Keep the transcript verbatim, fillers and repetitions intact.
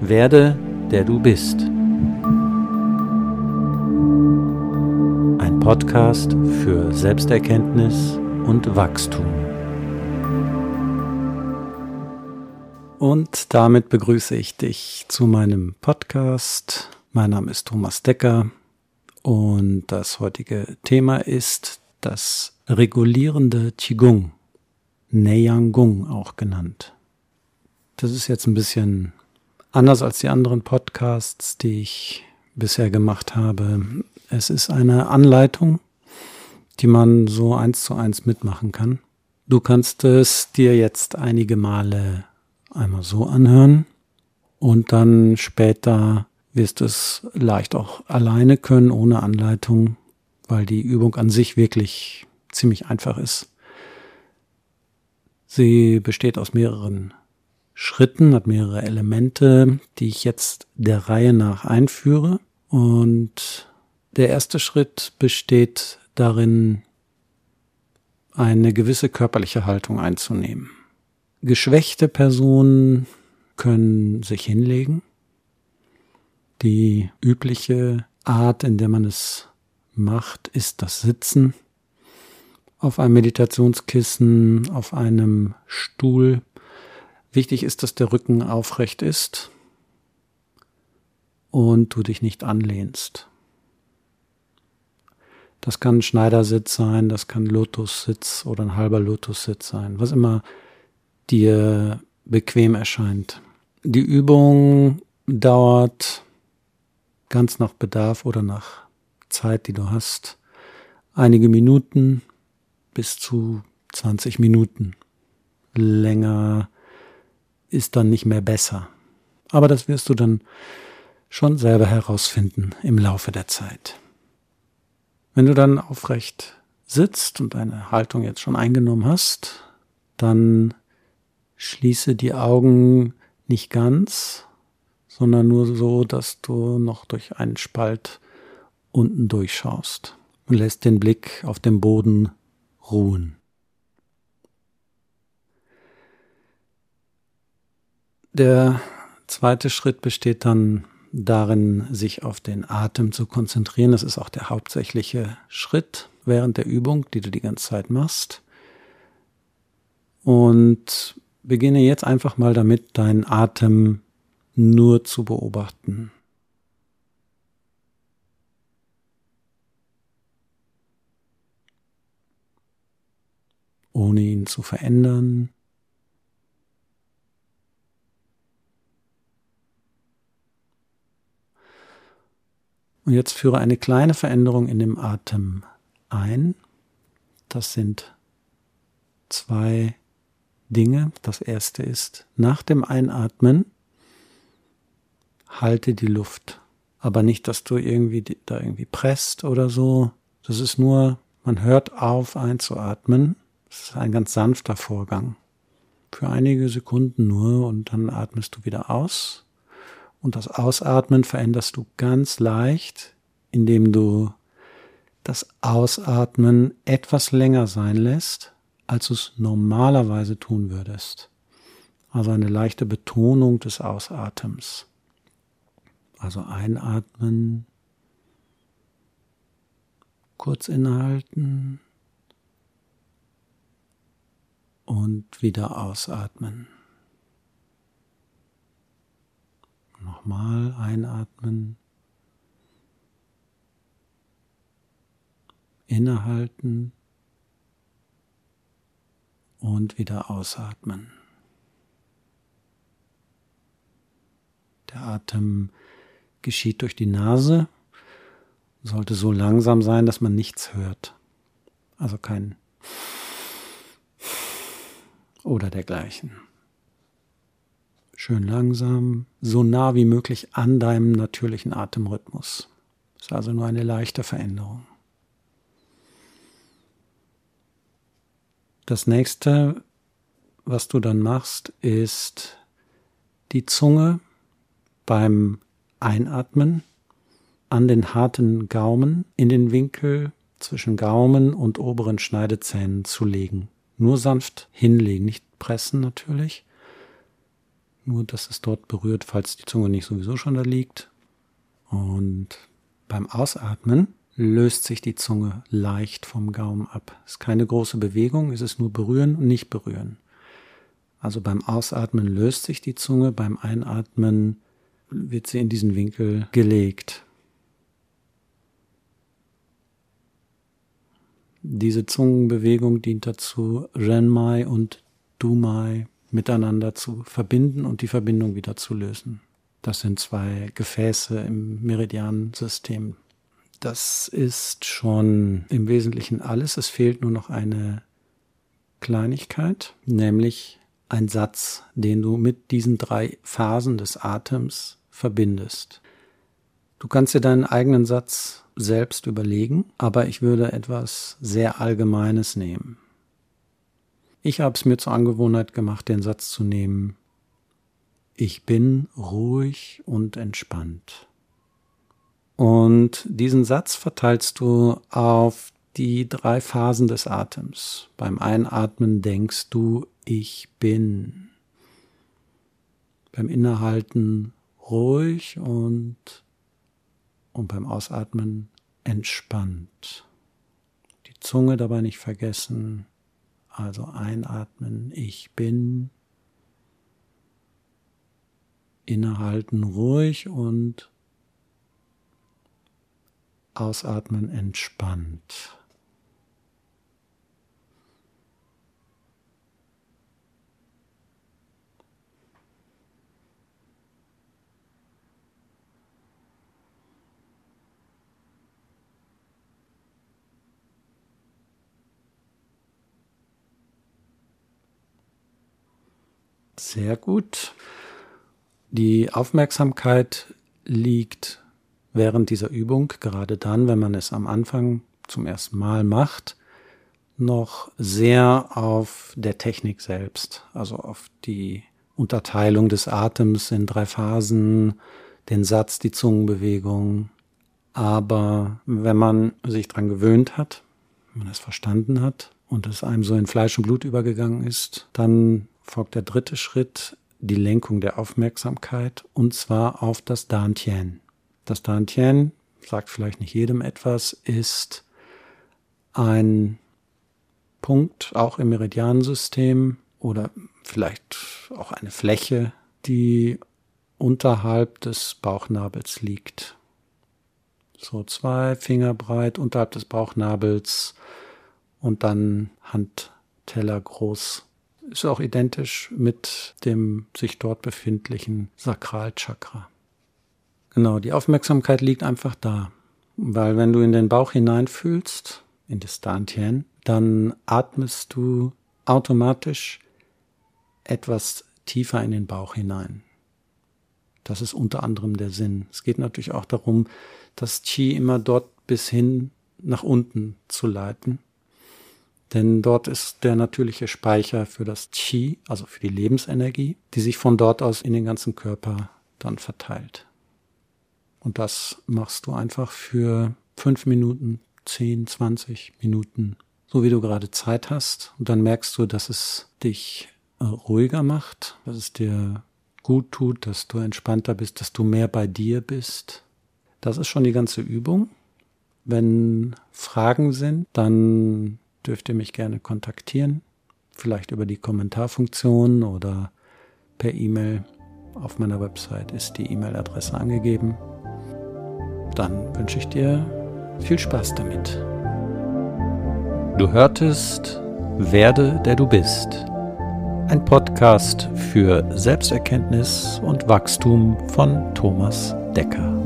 Werde, der du bist. Ein Podcast für Selbsterkenntnis und Wachstum. Und damit begrüße ich dich zu meinem Podcast. Mein Name ist Thomas Decker und das heutige Thema ist das regulierende Qigong, Neiyang-Gong auch genannt. Das ist jetzt ein bisschen anders als die anderen Podcasts, die ich bisher gemacht habe. Es ist eine Anleitung, die man so eins zu eins mitmachen kann. Du kannst es dir jetzt einige Male einmal so anhören und dann später wirst du es leicht auch alleine können, ohne Anleitung, weil die Übung an sich wirklich ziemlich einfach ist. Sie besteht aus mehreren Schritten, hat mehrere Elemente, die ich jetzt der Reihe nach einführe. Und der erste Schritt besteht darin, eine gewisse körperliche Haltung einzunehmen. Geschwächte Personen können sich hinlegen. Die übliche Art, in der man es macht, ist das Sitzen auf einem Meditationskissen, auf einem Stuhl. Wichtig ist, dass der Rücken aufrecht ist und du dich nicht anlehnst. Das kann ein Schneidersitz sein, das kann Lotussitz oder ein halber Lotussitz sein, was immer dir bequem erscheint. Die Übung dauert ganz nach Bedarf oder nach Zeit, die du hast, einige Minuten bis zu zwanzig Minuten. Länger ist dann nicht mehr besser. Aber das wirst du dann schon selber herausfinden im Laufe der Zeit. Wenn du dann aufrecht sitzt und deine Haltung jetzt schon eingenommen hast, dann schließe die Augen nicht ganz, sondern nur so, dass du noch durch einen Spalt unten durchschaust und lässt den Blick auf dem Boden ruhen. Der zweite Schritt besteht dann darin, sich auf den Atem zu konzentrieren. Das ist auch der hauptsächliche Schritt während der Übung, die du die ganze Zeit machst. Und beginne jetzt einfach mal damit, deinen Atem nur zu beobachten. Ohne ihn zu verändern. Und jetzt führe eine kleine Veränderung in dem Atem ein. Das sind zwei Dinge. Das erste ist, nach dem Einatmen halte die Luft. Aber nicht, dass du irgendwie da irgendwie presst oder so. Das ist nur, man hört auf einzuatmen. Das ist ein ganz sanfter Vorgang. Für einige Sekunden nur und dann atmest du wieder aus. Und das Ausatmen veränderst du ganz leicht, indem du das Ausatmen etwas länger sein lässt, als du es normalerweise tun würdest. Also eine leichte Betonung des Ausatems. Also einatmen, kurz innehalten und wieder ausatmen. Nochmal einatmen, innehalten und wieder ausatmen. Der Atem geschieht durch die Nase, sollte so langsam sein, dass man nichts hört. Also kein oder dergleichen. Schön langsam, so nah wie möglich an deinem natürlichen Atemrhythmus. Das ist also nur eine leichte Veränderung. Das nächste, was du dann machst, ist die Zunge beim Einatmen an den harten Gaumen in den Winkel zwischen Gaumen und oberen Schneidezähnen zu legen. Nur sanft hinlegen, nicht pressen natürlich. nur dass es dort berührt, falls die Zunge nicht sowieso schon da liegt. Und beim Ausatmen löst sich die Zunge leicht vom Gaumen ab. Es ist keine große Bewegung, es ist nur berühren und nicht berühren. Also beim Ausatmen löst sich die Zunge, beim Einatmen wird sie in diesen Winkel gelegt. Diese Zungenbewegung dient dazu, Renmai und Dumai miteinander zu verbinden und die Verbindung wieder zu lösen. Das sind zwei Gefäße im Meridiansystem. Das ist schon im Wesentlichen alles. Es fehlt nur noch eine Kleinigkeit, nämlich ein Satz, den du mit diesen drei Phasen des Atems verbindest. Du kannst dir deinen eigenen Satz selbst überlegen, aber ich würde etwas sehr Allgemeines nehmen. Ich habe es mir zur Angewohnheit gemacht, den Satz zu nehmen: Ich bin ruhig und entspannt. Und diesen Satz verteilst du auf die drei Phasen des Atems. Beim Einatmen denkst du: Ich bin. Beim Innehalten ruhig und, und beim Ausatmen entspannt. Die Zunge dabei nicht vergessen. Also einatmen: Ich bin. Innehalten ruhig und ausatmen entspannt. Sehr gut. Die Aufmerksamkeit liegt während dieser Übung, gerade dann, wenn man es am Anfang zum ersten Mal macht, noch sehr auf der Technik selbst, also auf die Unterteilung des Atems in drei Phasen, den Satz, die Zungenbewegung. Aber wenn man sich dran gewöhnt hat, wenn man es verstanden hat und es einem so in Fleisch und Blut übergegangen ist, dann folgt der dritte Schritt, die Lenkung der Aufmerksamkeit, und zwar auf das Dantian. Das Dantian, sagt vielleicht nicht jedem etwas, ist ein Punkt, auch im Meridiansystem oder vielleicht auch eine Fläche, die unterhalb des Bauchnabels liegt. So zwei Finger breit unterhalb des Bauchnabels und dann Handteller groß. Ist auch identisch mit dem sich dort befindlichen Sakralchakra. Genau, die Aufmerksamkeit liegt einfach da, weil wenn du in den Bauch hineinfühlst, in das Dantian, dann atmest du automatisch etwas tiefer in den Bauch hinein. Das ist unter anderem der Sinn. Es geht natürlich auch darum, das Qi immer dort bis hin nach unten zu leiten. Denn dort ist der natürliche Speicher für das Qi, also für die Lebensenergie, die sich von dort aus in den ganzen Körper dann verteilt. Und das machst du einfach für fünf Minuten, zehn, zwanzig Minuten, so wie du gerade Zeit hast. Und dann merkst du, dass es dich äh, ruhiger macht, dass es dir gut tut, dass du entspannter bist, dass du mehr bei dir bist. Das ist schon die ganze Übung. Wenn Fragen sind, dann dürft ihr mich gerne kontaktieren, vielleicht über die Kommentarfunktion oder per E-Mail. Auf meiner Website ist die E-Mail-Adresse angegeben. Dann wünsche ich dir viel Spaß damit. Du hörtest Werde, der du bist. Ein Podcast für Selbsterkenntnis und Wachstum von Thomas Decker.